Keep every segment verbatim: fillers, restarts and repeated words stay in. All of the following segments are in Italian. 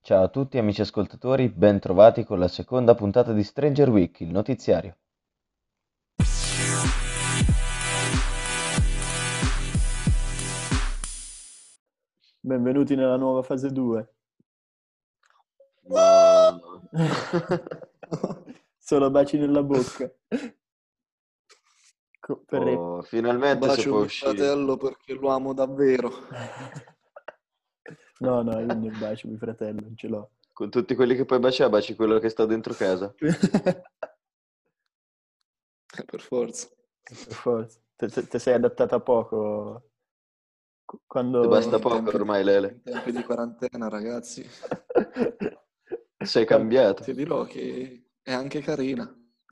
Ciao a tutti amici ascoltatori, ben trovati con la seconda puntata di Stranger Week, il notiziario. Benvenuti nella nuova fase due. No. Solo baci nella bocca. Co- per re- Oh, finalmente si Bacio può mio uscire. fratello perché lo amo davvero. No, no, io non bacio mio fratello, non ce l'ho. Con tutti quelli che puoi baciare, baci quello che sta dentro casa. Eh, Per forza. Per forza. Te, te- te sei adattata poco qu- Ti basta quando... In poco tempi ormai, di, Lele. in tempi di quarantena, ragazzi, Sei Quan- cambiato. ti dirò che è anche carina.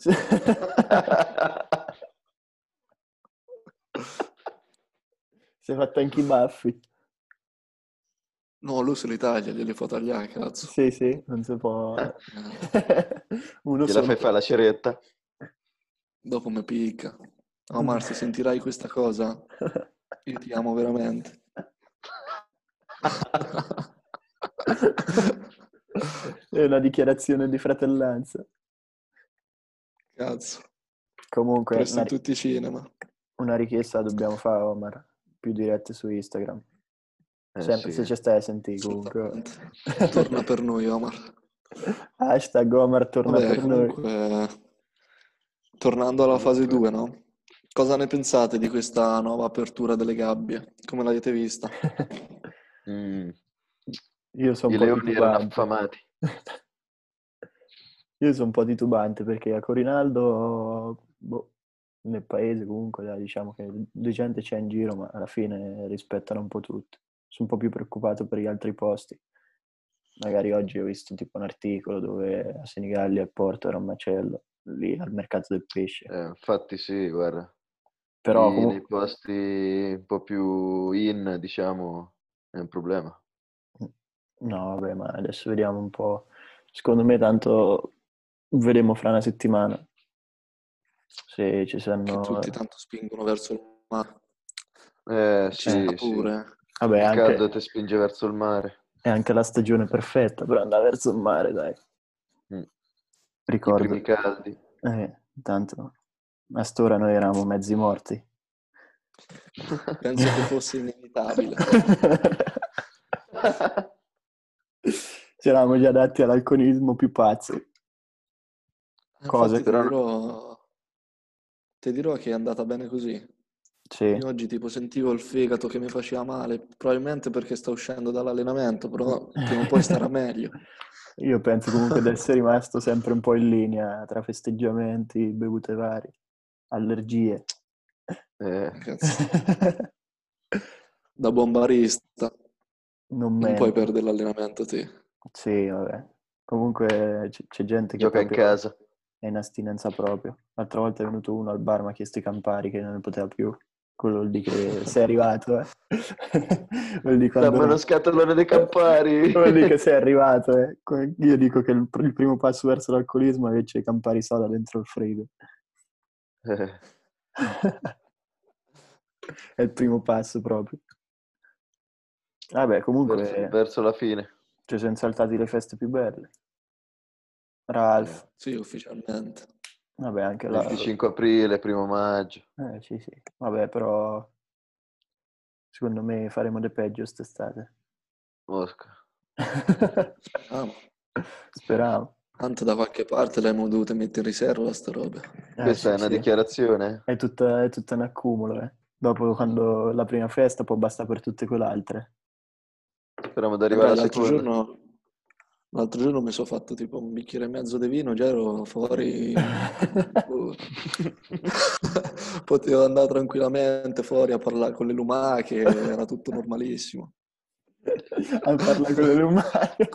Si è fatto anche i baffi. No, lui se li taglia, glieli fa tagliare, cazzo. Sì, sì, non si può... Eh, Uno Gliela solo. fai fare la ceretta? dopo mi picca. Omar, se sentirai questa cosa, io ti amo veramente. È una dichiarazione di fratellanza. Cazzo, Comunque, presto una, in ri- tutti i cinema. una richiesta la dobbiamo fare, Omar. Più dirette su Instagram. Eh Sempre sì. se ci stai a sentire comunque. Assolutamente. Torna per noi, Omar. Hashtag Omar torna Vabbè, per noi. comunque, tornando alla fase Comunque, due, no? Cosa ne pensate di questa nuova apertura delle gabbie? Come l'avete vista? mm, Io sono un i po' leoni erano titubante. affamati. Io sono un po' titubante perché a Corinaldo, boh, nel paese comunque, dai, diciamo che di gente c'è in giro, ma alla fine rispettano un po' tutti. Sono un po' più preoccupato per gli altri posti. Magari oggi ho visto tipo un articolo dove a Senigallia il porto era un macello, lì al mercato del pesce. Eh, infatti sì, guarda. Però Lì nei comunque... posti un po' più in, diciamo, è un problema. No, vabbè, ma adesso vediamo un po'. Secondo me tanto vedremo fra una settimana se ci Che tutti saranno... tanto spingono verso il mare. Eh Ci sta sì, sì. pure. Vabbè, Il caldo anche, ti spinge verso il mare. è anche la stagione perfetta per andare verso il mare, dai. Mm. I primi Ricordo. caldi. Eh, tanto a st'ora noi eravamo mezzi morti. Penso che fosse inevitabile. Ci eravamo già adatti all'alcolismo più pazzi. Infatti Cose, ti Però no- dirò, ti dirò che è andata bene così. sì. Io oggi tipo sentivo il fegato che mi faceva male, probabilmente perché sta uscendo dall'allenamento, però prima o poi starà meglio. Io penso comunque di essere rimasto sempre un po' in linea tra festeggiamenti, bevute varie, allergie. eh, Cazzo. Da buon barista, Non non puoi mento. perdere l'allenamento te. Sì, vabbè. Comunque c- c'è gente che gioca in proprio casa. è in astinenza proprio. L'altra volta è venuto uno al bar, mi ha chiesto i Campari che non ne poteva più. Quello vuol dire che sei arrivato, eh. Vuol dire quando Dammi uno non... scatolone dei Campari. Vuol dire che sei arrivato, eh. Come- Io dico che il, pr- il primo passo verso l'alcolismo è invece i Campari soda dentro il frigo. Eh, È il primo passo proprio. Vabbè, verso, comunque verso la fine. ci siamo saltati le feste più belle. Eh, Ralph, Sì, ufficialmente. vabbè, anche la... venticinque aprile, primo maggio. Eh, sì, sì. Vabbè, però secondo me faremo de peggio quest'estate. Mosca. Speriamo. Speriamo. Tanto da qualche parte l'abbiamo dovuta mettere in riserva sta roba. Eh, Questa sì, è una sì. dichiarazione? È tutta, è tutta un accumulo, eh. Dopo, quando la prima festa, poi basta per tutte quelle altre. Speriamo di arrivare Vedrai, alla l'altro seconda. giorno, l'altro giorno mi sono fatto tipo un bicchiere e mezzo di vino, già ero fuori. boh. Potevo andare tranquillamente fuori a parlare con le lumache, era tutto normalissimo. A parlare con le lumache.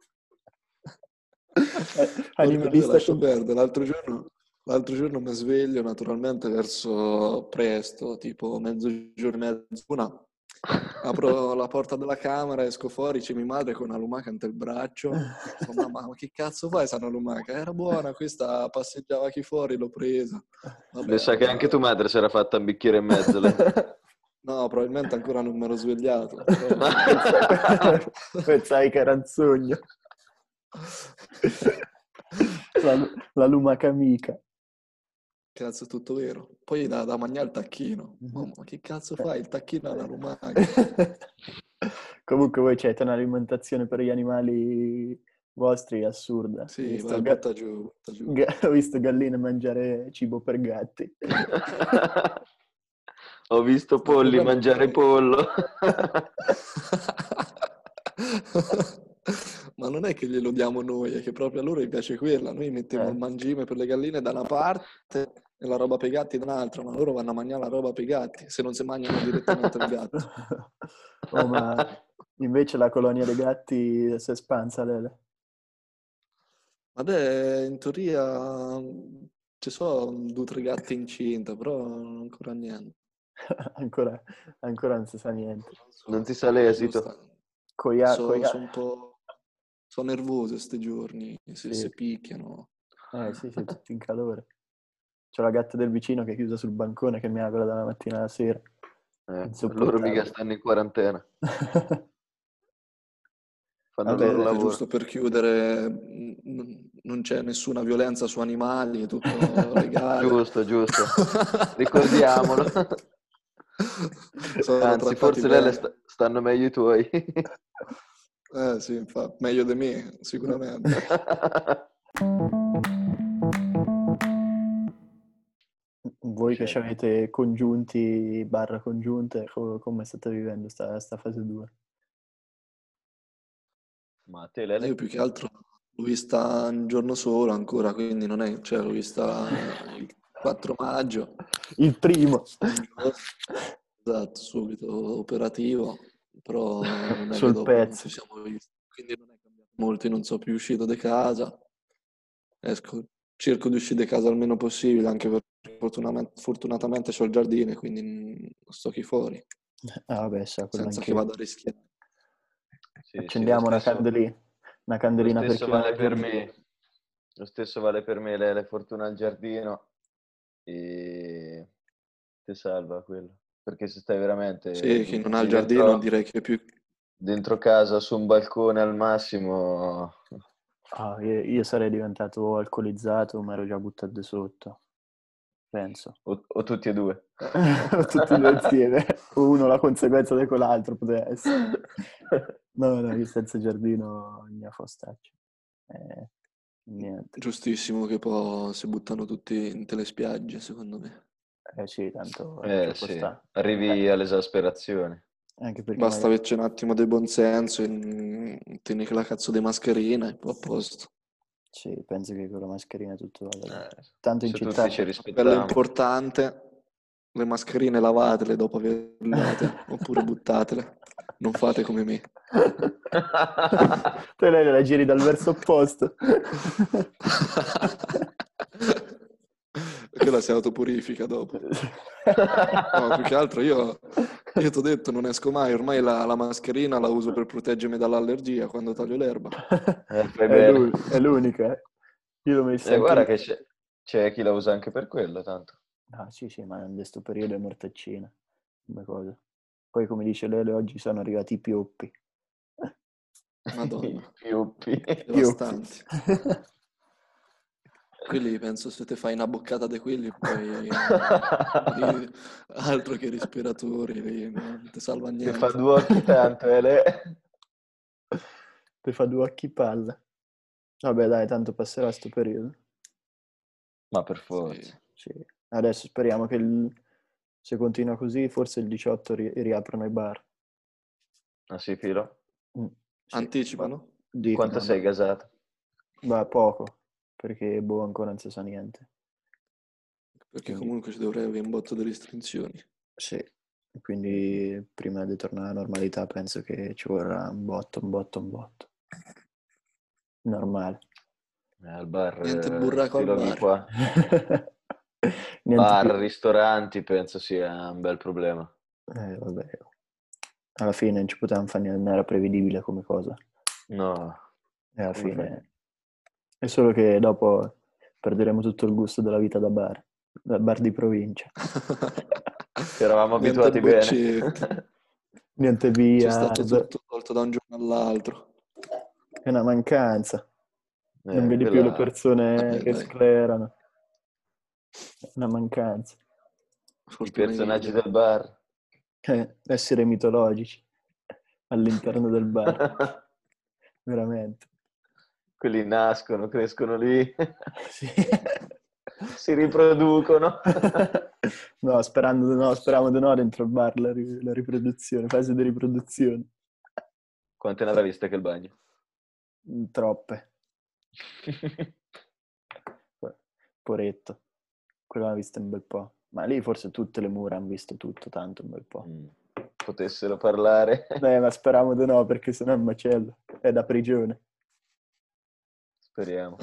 Eh, Porca due, Animalista lascia con... perdere. L'altro giorno, l'altro giorno mi sveglio naturalmente verso presto, tipo mezzogiorno e mezz'una. Apro la porta della camera, esco fuori, c'è mia madre con una lumaca ante il braccio. Dico, mamma, ma che cazzo fai sta una lumaca? Era buona, questa passeggiava qui fuori, l'ho presa. Mi Vabbè, sa che anche andava. tua madre si era fatta un bicchiere e mezzo. lei. No, probabilmente ancora non mi ero svegliato, però. Pensai, pensai che era un sogno. La, la lumaca amica. Cazzo, è tutto vero. Poi da, da mangiare il tacchino. Mhm. Oh, ma che cazzo fai? Il tacchino alla lumaca. Comunque voi c'avete un'alimentazione per gli animali vostri assurda. Ho Sì, visto, vai, ga- butta giù, butta giù. ga- ho visto galline mangiare cibo per gatti. Ho visto Ma polli problema è mangiare che- pollo. Ma non è che glielo diamo noi, è che proprio a loro gli piace quella. Noi mettiamo Eh. il mangime per le galline da una parte e la roba per i gatti da un'altra, ma loro vanno a mangiare la roba per i gatti, se non si mangiano direttamente il gatto. Oh, ma invece la colonia dei gatti si è espansa, Lele. Vabbè, in teoria mm, ci sono due o tre gatti incinta, però ancora niente. ancora, ancora non si sa niente. Non si sa l'esito. Coia, Sono coia... un po'... Sono nervose questi giorni, si, Sì. si picchiano. Eh sì, sì, tutti in calore. C'ho la gatta del vicino che è chiusa sul bancone che miagola dalla mattina alla sera. Eh, Insopportabile. loro mica stanno in quarantena. Fanno il Vabbè, loro dai, Che lavoro. giusto per chiudere, n- non c'è nessuna violenza su animali, è tutto legale. Giusto, giusto. Ricordiamolo. Sono Anzi, trattati forse lei le bene. sta- stanno meglio i tuoi. Eh sì, infatti, meglio di me, sicuramente. Voi che Cioè, ci avete congiunti barra congiunte, co- come state vivendo sta, sta fase due? ma te Io Lele? più che altro l'ho vista un giorno solo ancora, quindi non è, cioè l'ho vista il quattro maggio, Il primo! un giorno, esatto, subito operativo, però non è che Sul dopo non ci pezzo. siamo visti, quindi non è cambiato molto, io non sono più uscito di casa, esco, cerco di uscire di casa il meno possibile, anche perché fortunatamente, fortunatamente c'ho il giardino, quindi non sto qui fuori, Ah vabbè, sa, quello senza che anche io. vada a rischiare. Sì, sì, lo Accendiamo una stesso, candelina, una lo candelina per stesso chi non ha vale il per giardino. me. Lo stesso vale per me, Lele, fortuna al giardino e ti salva quello. Perché se stai veramente Sì, chi non ha il giardino dentro, direi che è più... dentro casa su un balcone al massimo, Ah, io, io sarei diventato alcolizzato, ma ero già buttato di sotto, penso. o, o tutti e due. O tutti e due insieme, o uno la conseguenza di quell'altro poteva essere. No, no, io senza giardino mia fostaccia. Eh, niente. Giustissimo che poi si buttano tutti in le spiagge, secondo me. Eh sì, tanto Eh ci può sì, stare. arrivi Eh, all'esasperazione. anche perché Basta magari... averci un attimo di buonsenso e mm, tieni che la cazzo di mascherina e poi a posto. Sì, penso che con la mascherina tutto vada bene. Eh, Tanto in se città tutti ci c'è... Bello rispettiamo. importante, le mascherine lavatele dopo averle date, oppure buttatele. Non fate come me. Te lei la giri dal verso opposto. Quella si autopurifica dopo. No, più che altro io, io ti ho detto non esco mai, ormai la, la mascherina la uso per proteggermi dall'allergia quando taglio l'erba. Eh, fai È, bene. l'uni- è l'unica, eh. Io l'ho messa Eh, anche guarda lì. che c'è, c'è chi la usa anche per quello, tanto. Ah, sì, sì, ma in questo periodo è mortaccina, come cosa. Poi, come dice Lele, oggi sono arrivati i pioppi. Madonna, I piuppi. Pioppi. devastanti. Quelli penso se te fai una boccata di quelli poi lì, altro che respiratori, lì, non ti salva Ti fa niente. due occhi tanto, Ele. Per fare due occhi palla. Vabbè, dai, tanto passerà sto periodo. Ma per Sì. forza. Sì. Adesso speriamo che il- se continua così, forse il diciotto ri- riaprono i bar. Ah sì, Filo? Mm, sì. Anticipano? Quanto Dicono, sei no. gasato? Beh, poco, perché boh, ancora non si sa niente. Perché Quindi, comunque ci dovrebbe avere un botto di restrizioni. sì. Quindi prima di tornare alla normalità penso che ci vorrà un botto, un botto, un botto. Normale. Eh, al bar, Niente eh, burraco sti al luoghi bar. qua. Niente Bar, più. ristoranti, penso sia un bel problema. Eh, vabbè. Alla fine non ci potevamo fare niente, non era prevedibile come cosa. No, E alla come fai? fine è solo che dopo perderemo tutto il gusto della vita da bar, da bar di provincia. Ci eravamo Niente abituati bene. boccette. Niente C'è via, stato z- tutto tolto da un giorno all'altro. è una mancanza. Eh, Non vedi più quella- le persone Eh, che dai. sclerano. È una mancanza. I Fortuna personaggi Emilia. del bar. Eh, essere mitologici all'interno del bar, veramente. Quelli nascono, crescono lì, Sì. si riproducono. No, sperando, no, speriamo di no dentro il bar, la, ri- la riproduzione, fase di riproduzione. Quante ne avrà viste che il bagno? Mm, Troppe. Poretto. Quello l'ha visto un bel po'. Ma lì forse tutte le mura hanno visto tutto, tanto un bel po'. Mm, Potessero parlare. Eh, ma speriamo di no, perché sennò è un macello. È da prigione. Speriamo.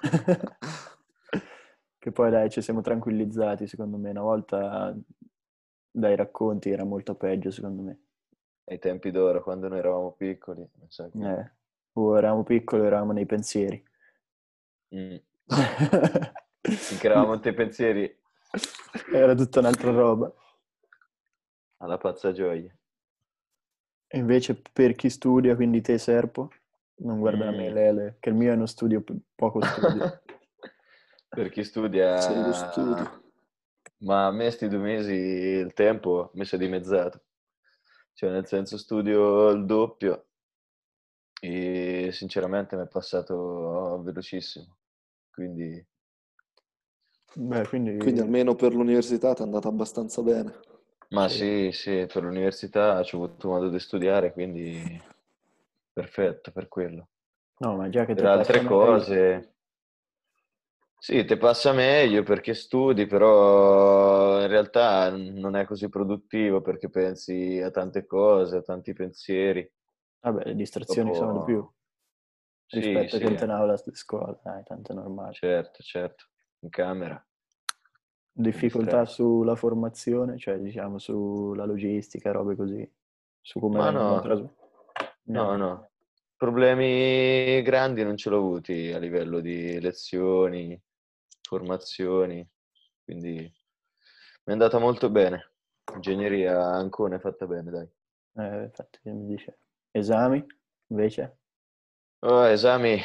Che poi dai, ci siamo tranquillizzati, secondo me. Una volta dai racconti era molto peggio, secondo me. Ai tempi d'oro, quando noi eravamo piccoli. Non so che- Eh, o eravamo piccoli, o eravamo nei pensieri. Mm. Finché eravamo in te pensieri, Era tutta un'altra roba. alla pazza gioia. E invece per chi studia, quindi te Serpo, non guarda me Mm. Lele, che il mio è uno studio, p- poco studio. Per chi studia, Sei lo studio. ma a me sti due mesi il tempo mi si è dimezzato. Cioè, nel senso, studio il doppio e sinceramente mi è passato velocissimo. Quindi, Beh, quindi... Quindi almeno per l'università ti è andata abbastanza bene. ma Sì. sì, sì, per l'università ci ho avuto modo di studiare, quindi perfetto per quello. No, ma già che Per te passa altre meglio. cose, sì, ti passa meglio perché studi, però in realtà non è così produttivo perché pensi a tante cose, a tanti pensieri. Vabbè, le distrazioni sono di più Dopo, sì, rispetto a che sì, in aula a scuola, dai, tanto è normale. certo, certo, in camera, ti Difficoltà distrai. sulla formazione, cioè diciamo sulla logistica, robe così, su come Ma vengono no, trasmesse. no, no. Problemi grandi non ce l'ho avuti a livello di lezioni, formazioni, quindi mi è andata molto bene. Ingegneria a Ancona è fatta bene, dai. Eh, infatti, che mi dice. Esami, invece? Oh, esami,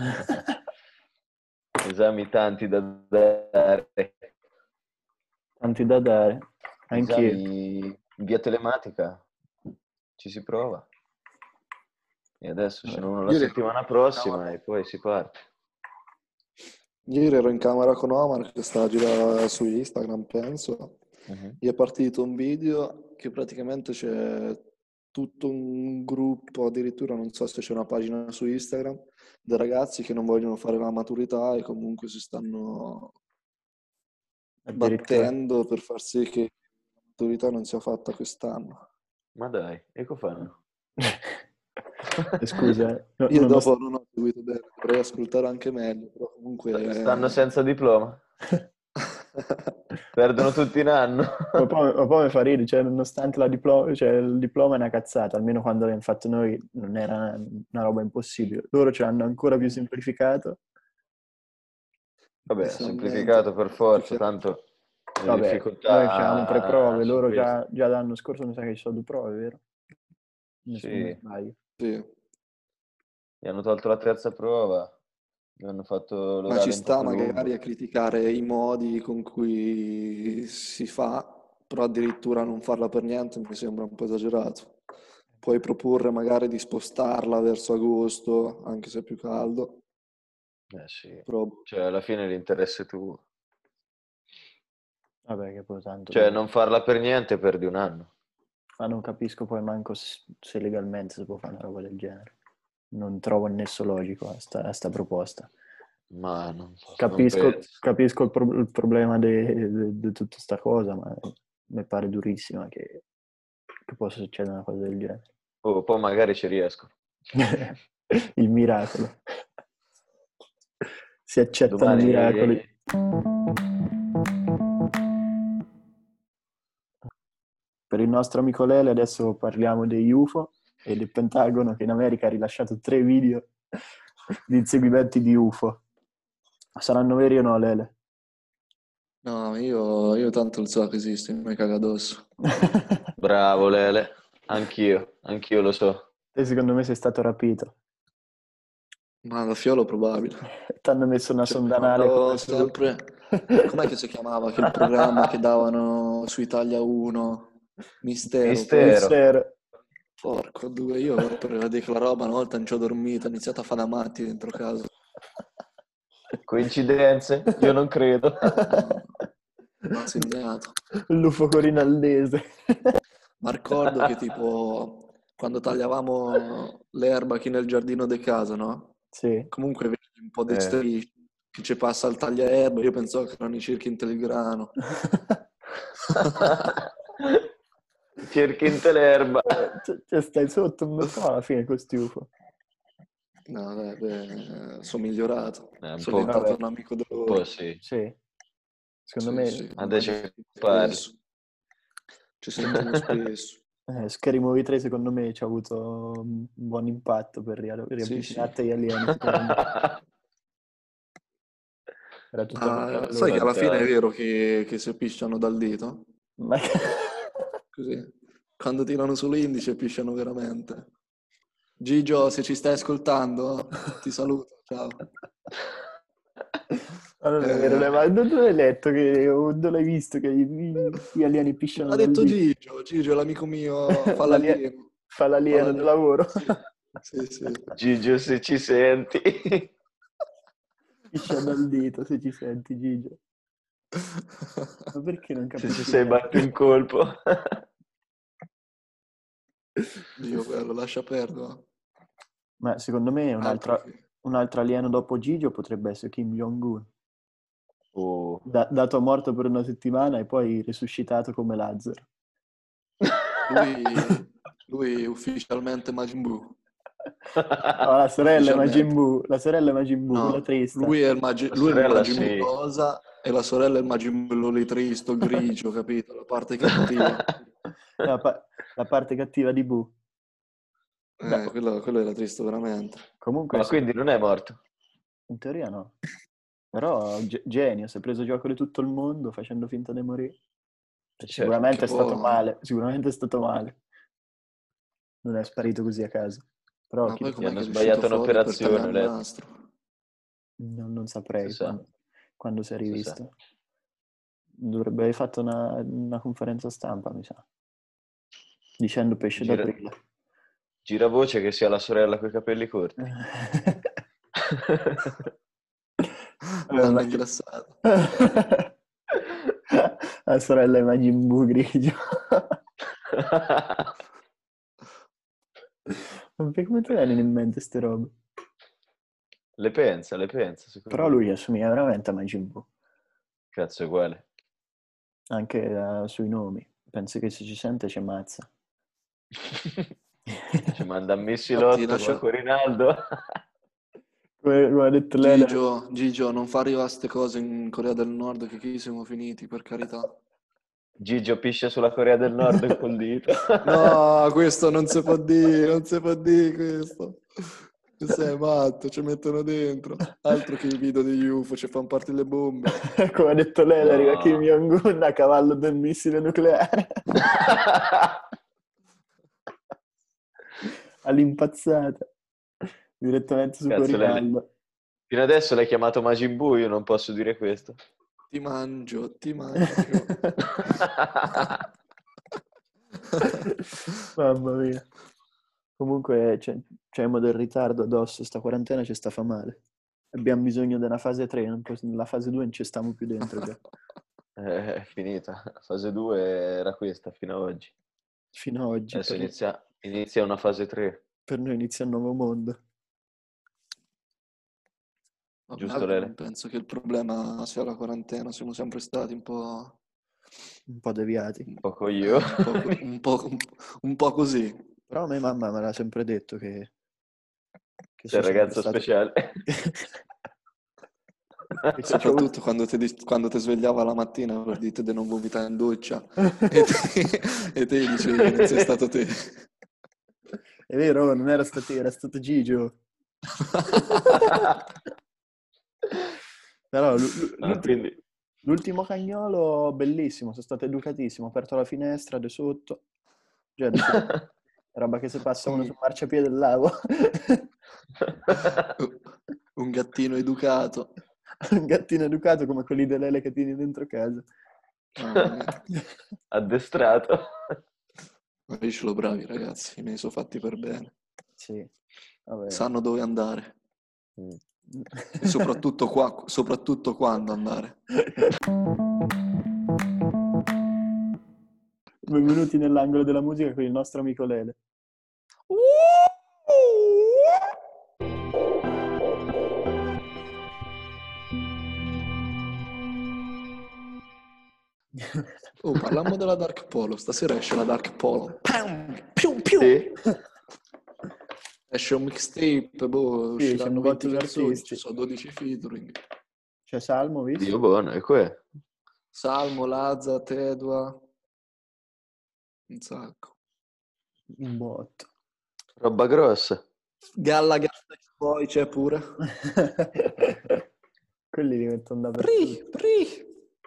esami tanti da dare. Tanti da dare, anch'io. Esami in via telematica, ci si prova. E adesso ce n'è Vabbè. uno la Ieri, settimana prossima e poi si parte. ieri ero in camera con Omar che sta a girare su Instagram, penso. Mhm. Gli è partito un video che praticamente c'è tutto un gruppo, addirittura non so se c'è una pagina su Instagram, dei ragazzi che non vogliono fare la maturità e comunque si stanno Addirittura. battendo per far sì che la maturità non sia fatta quest'anno. Ma dai, e cosa fanno? Eh, Scusa, eh, no- Io non ho- dopo non ho seguito bene, dovrei ascoltare anche meglio, però Stanno comunque... senza diploma? Perdono tutti in anno? Ma poi, ma poi mi fa ridere, cioè, nonostante la diplo- cioè, il diploma è una cazzata, almeno quando l'abbiamo fatto noi non era una roba impossibile. Loro ce l'hanno ancora più semplificato. Vabbè, Inizialmente, semplificato per più forza, che tanto le Vabbè, noi facevamo tre difficoltà prove, sono loro queste. già, già l'anno scorso mi sa che ci sono due prove, vero? Se non mi Sì, sbaglio. sì. mi hanno tolto la terza prova, mi hanno fatto Ma ci l'orale un po' sta più magari lungo. a criticare i modi con cui si fa, però addirittura non farla per niente mi sembra un po' esagerato. Puoi proporre magari di spostarla verso agosto, anche se è più caldo, Eh sì, però cioè alla fine l'interesse tuo. Vabbè, che poi tanto Cioè loro... non farla per niente perdi un anno. Ma non capisco poi manco s- se legalmente si può fare una roba del genere. Non trovo il nesso logico a sta, a sta proposta. Ma non, non Capisco, penso. capisco il, pro- il problema di tutta sta cosa, ma mi pare durissima che, che possa succedere una cosa del genere. Oh, poi magari ci riesco. Il miracolo. Si accettano Domani, miracoli. Per il nostro amico Lele adesso parliamo degli U F O e del Pentagono che in America ha rilasciato tre video di inseguimenti di U F O. Saranno veri o no, Lele? no, io, io tanto lo so che esiste, mi caga addosso. bravo Lele, anch'io, anch'io lo so. Te secondo me sei stato rapito. Ma da Fiolo probabile. Ti hanno messo una Cioè, sonda anale guardavo come su. sempre... Com'è che si chiamava quel programma che davano su Italia uno? Mistero. Mistero. Mistero. Porco due, io per vedere quella roba una volta non ci ho dormito, ho iniziato a fare da matti dentro casa. Coincidenze? Io non credo. Mi ha segnato. L'U F O corinaldese. Ma ricordo che tipo quando tagliavamo l'erba qui nel giardino di casa, no? Sì. Comunque vedi un po' di Eh. strisce che ci passa il tagliaerba, io pensavo che erano i circhi in Telegrano. Cerchi in l'erba. Cioè, cioè, stai sotto un po' alla fine questi U F O. No, beh, beh, sono migliorato. Eh, un sono po'. diventato Vabbè. un amico Un loro. po' sì. Sì. Secondo Sì, me sì, Adesso ormai ci parli. spesso. Ci sentiamo spesso. eh, Scary Movie tre secondo me ci ha avuto un buon impatto per ria- riavvicinarti agli alieni. secondo me. Era tutto Ah, nuovo sai che allora. alla fine è vero che, che si pisciano dal dito? Ma Così. Quando tirano sull'indice pisciano veramente. Gigio, se ci stai ascoltando, ti saluto. Ciao. Ma non è Eh, vero, ma dove l'hai letto che, o dove l'hai visto che gli, gli alieni pisciano l'ha dal detto dito? Gigio. Gigio, l'amico mio, fa L'alie- l'alieno. Fa Fa l'alieno del l'alieno. lavoro. Sì, sì, sì. Gigio, se ci senti. Piscia dal dito se ci senti, Gigio. Ma perché non Se capisci? ci sei battuto in colpo. Dio, bello, lascia perdere. Ma secondo me un Altro altro, che... un altro alieno dopo Gigio potrebbe essere Kim Jong-un. Oh. Da- dato morto per una settimana e poi risuscitato come Lazzaro. Lui, lui è ufficialmente Majin Buu. No, la sorella è Majin Ufficialmente. Buu, la sorella è Majin Buu, quella No, trista. lui è il, Magi- La lui è il sorella Majin Buu sì. rosa e la sorella è il Majin Buu lì tristo, grigio, capito? La parte cattiva. La, pa- la parte cattiva di Buu. Beh, Eh, quello, quello era triste veramente. comunque Ma sì, quindi non è morto? in teoria no. Però ge- genio, si è preso gioco di tutto il mondo facendo finta di morire. Certo. Sicuramente Che è stato poi- male, sicuramente è stato male. Non è sparito così a caso. Però Ma chi- poi Gli com'è hanno che è uscito sbagliato fuori per tagliare un'operazione, il lei. nastro? non, non Si saprei sa. quando, quando si è Si sa. rivisto. Dovrebbe aver fatto una, una conferenza stampa, mi sa. Dicendo pesce Gira, d'aprile. gira voce che sia la sorella con i capelli corti. Allora, L'hanno ma- ingrassato. La sorella è Majin Buu grigio. Ma per come ti vengono in mente ste robe? Le pensa, le pensa, secondo Però me. lui assomiglia veramente a Majin Buu. Cazzo è uguale. Anche eh, sui nomi. Penso che se ci sente ci ammazza. Ci manda a Infatti Missilotto lascia... con Rinaldo. Come, come ha detto lei, Gigio, Gigio, non fa arrivare queste cose in Corea del Nord che qui siamo finiti, per carità. Gigio piscia sulla Corea del Nord col dito. No, questo non si può dire, non si può dire questo. Sei matto, ci mettono dentro. Altro che i video degli U F O, ci fanno partire le bombe. come ha detto lei, No. arriva Kim Jong-un a cavallo del missile nucleare. All'impazzata. Direttamente su Cazzo, lei... Corinaldo. Fino adesso l'hai chiamato Majin Buu, io non posso dire questo. Ti mangio, ti mangio. Mamma mia. Comunque c'è, c'è mo del ritardo addosso, sta quarantena ci sta fa male. Abbiamo bisogno della fase tre, non poss- nella fase due non ci stiamo più dentro già. Eh, È finita. Fase due era questa fino ad oggi. Fino ad oggi. Adesso Per, inizia, inizia una fase tre. per noi inizia un nuovo mondo. Giusto, Vabbè, Lele? penso che il problema sia la quarantena, siamo sempre stati un po'... Un po' deviati. Un po' eh, io. un, po', un, po', un, un po' così. Però a me mamma me l'ha sempre detto che... che Sei sono un sempre ragazzo stato... speciale. che se c'ho Soprattutto quando ti, dis- quando ti svegliava la mattina per dirti di non vomitare in doccia e te, e te dicevi che non sei stato te. È vero, non era stato te, era stato Gigio. Però l'u- l'u- Ah, l'ultimo, quindi... l'ultimo cagnolo bellissimo, sono stato educatissimo, ho aperto la finestra da sotto. Cioè, da sotto. Roba che se passa uno sul marciapiede del lago. Un gattino educato. Un gattino educato come quelli dell'Ele che tieni dentro casa. Mamma mia. Addestrato. Ma io ce l'ho bravi ragazzi, i miei sono fatti per bene. Sì, vabbè. Sanno dove andare. Mm. E soprattutto, qua, soprattutto quando andare. Benvenuti nell'angolo della musica con il nostro amico Lele. Oh, parliamo della Dark Polo. Stasera esce la Dark Polo. Pam, piu, più. Sì. Esce un mixtape, boh, Sì, usciranno c'hanno venti fatto canzoni, artisti. ci sono dodici featuring. C'è Salmo, visto? Dio buono, e qua è. Salmo, Lazza, Tedua. Un sacco. Un botto. Roba grossa. Gallagher poi c'è pure. Quelli li mettono Pri, dappertutto. pri.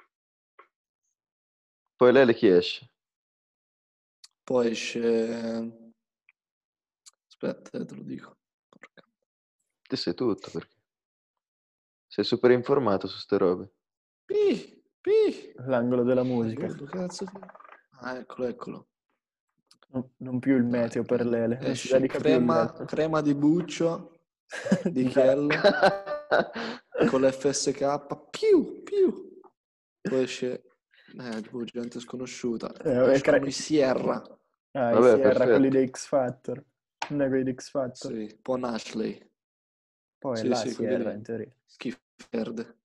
Poi lei le chi esce? Poi esce... Aspetta, te lo dico. Porca. Te sei tutto perché sei super informato su ste robe. Pi, pi. L'angolo della musica. Boh, cazzo di... Ah, eccolo, eccolo. Non, non più il Dai, meteo per prendi. Lele. Non si Esce dedica più il crema, Lele. crema di buccio di Dai. Chiello con l'F S K. Più, più. Poi esce... Eh, boh, gente sconosciuta. Eh, vabbè, Escono cre- i Sierra. Ah, i Vabbè, Sierra, quelli perfetto. dei X Factor. Non è quelli di X Factor. Sì, poi Ashley. Poi è Sì, la sì, quelli Sierra, lì. in teoria. Schifo verde.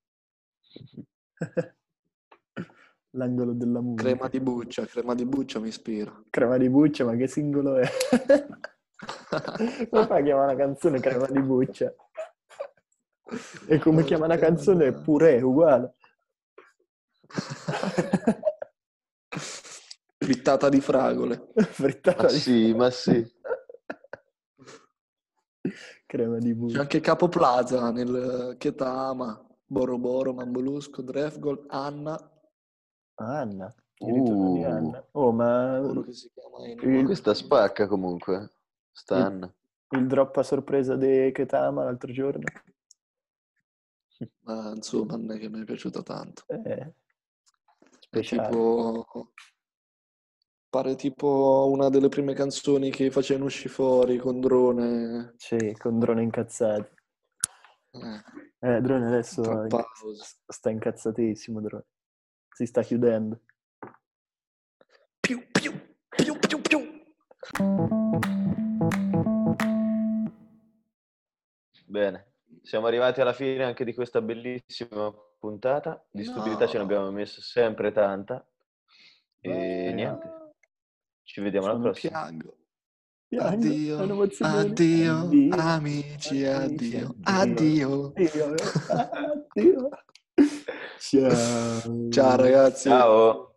L'angolo della musica. Crema di buccia, crema di buccia mi ispira. Crema di buccia, ma che singolo è? Come fai a chiamare una canzone Crema di buccia? E come chiama una canzone Purè, uguale. Frittata di fragole. Frittata Ma di sì, ma sì. Crema di C'è buccia. anche Capo Plaza nel Ketama, Boro Boro, Mambolusco, Drefgol, Anna. Anna. Il ritorno di Uh, Anna. Oh, ma Uno che si chiama il, Enima. questa spacca comunque. Stan. il drop a sorpresa di Ketama l'altro giorno. Ma insomma, non è che mi è piaciuta tanto. Eh, È speciale. tipo... Pare tipo una delle prime canzoni che facevano uscire fuori con Drone. Sì, con Drone incazzato. Eh, Eh, Drone adesso Trap inca- House. sta incazzatissimo, Drone. Si sta chiudendo. Più, più, più, più, più. Bene, siamo arrivati alla fine anche di questa bellissima puntata. Di No. stupidità ce ne abbiamo messo sempre tanta. E Vai. niente, ci vediamo alla Sono prossima. Piango. Piango, Addio, hanno emozioni. addio, Addio, amici, amici, addio, addio. addio. Addio, addio. Ciao. Ciao ragazzi. Ciao.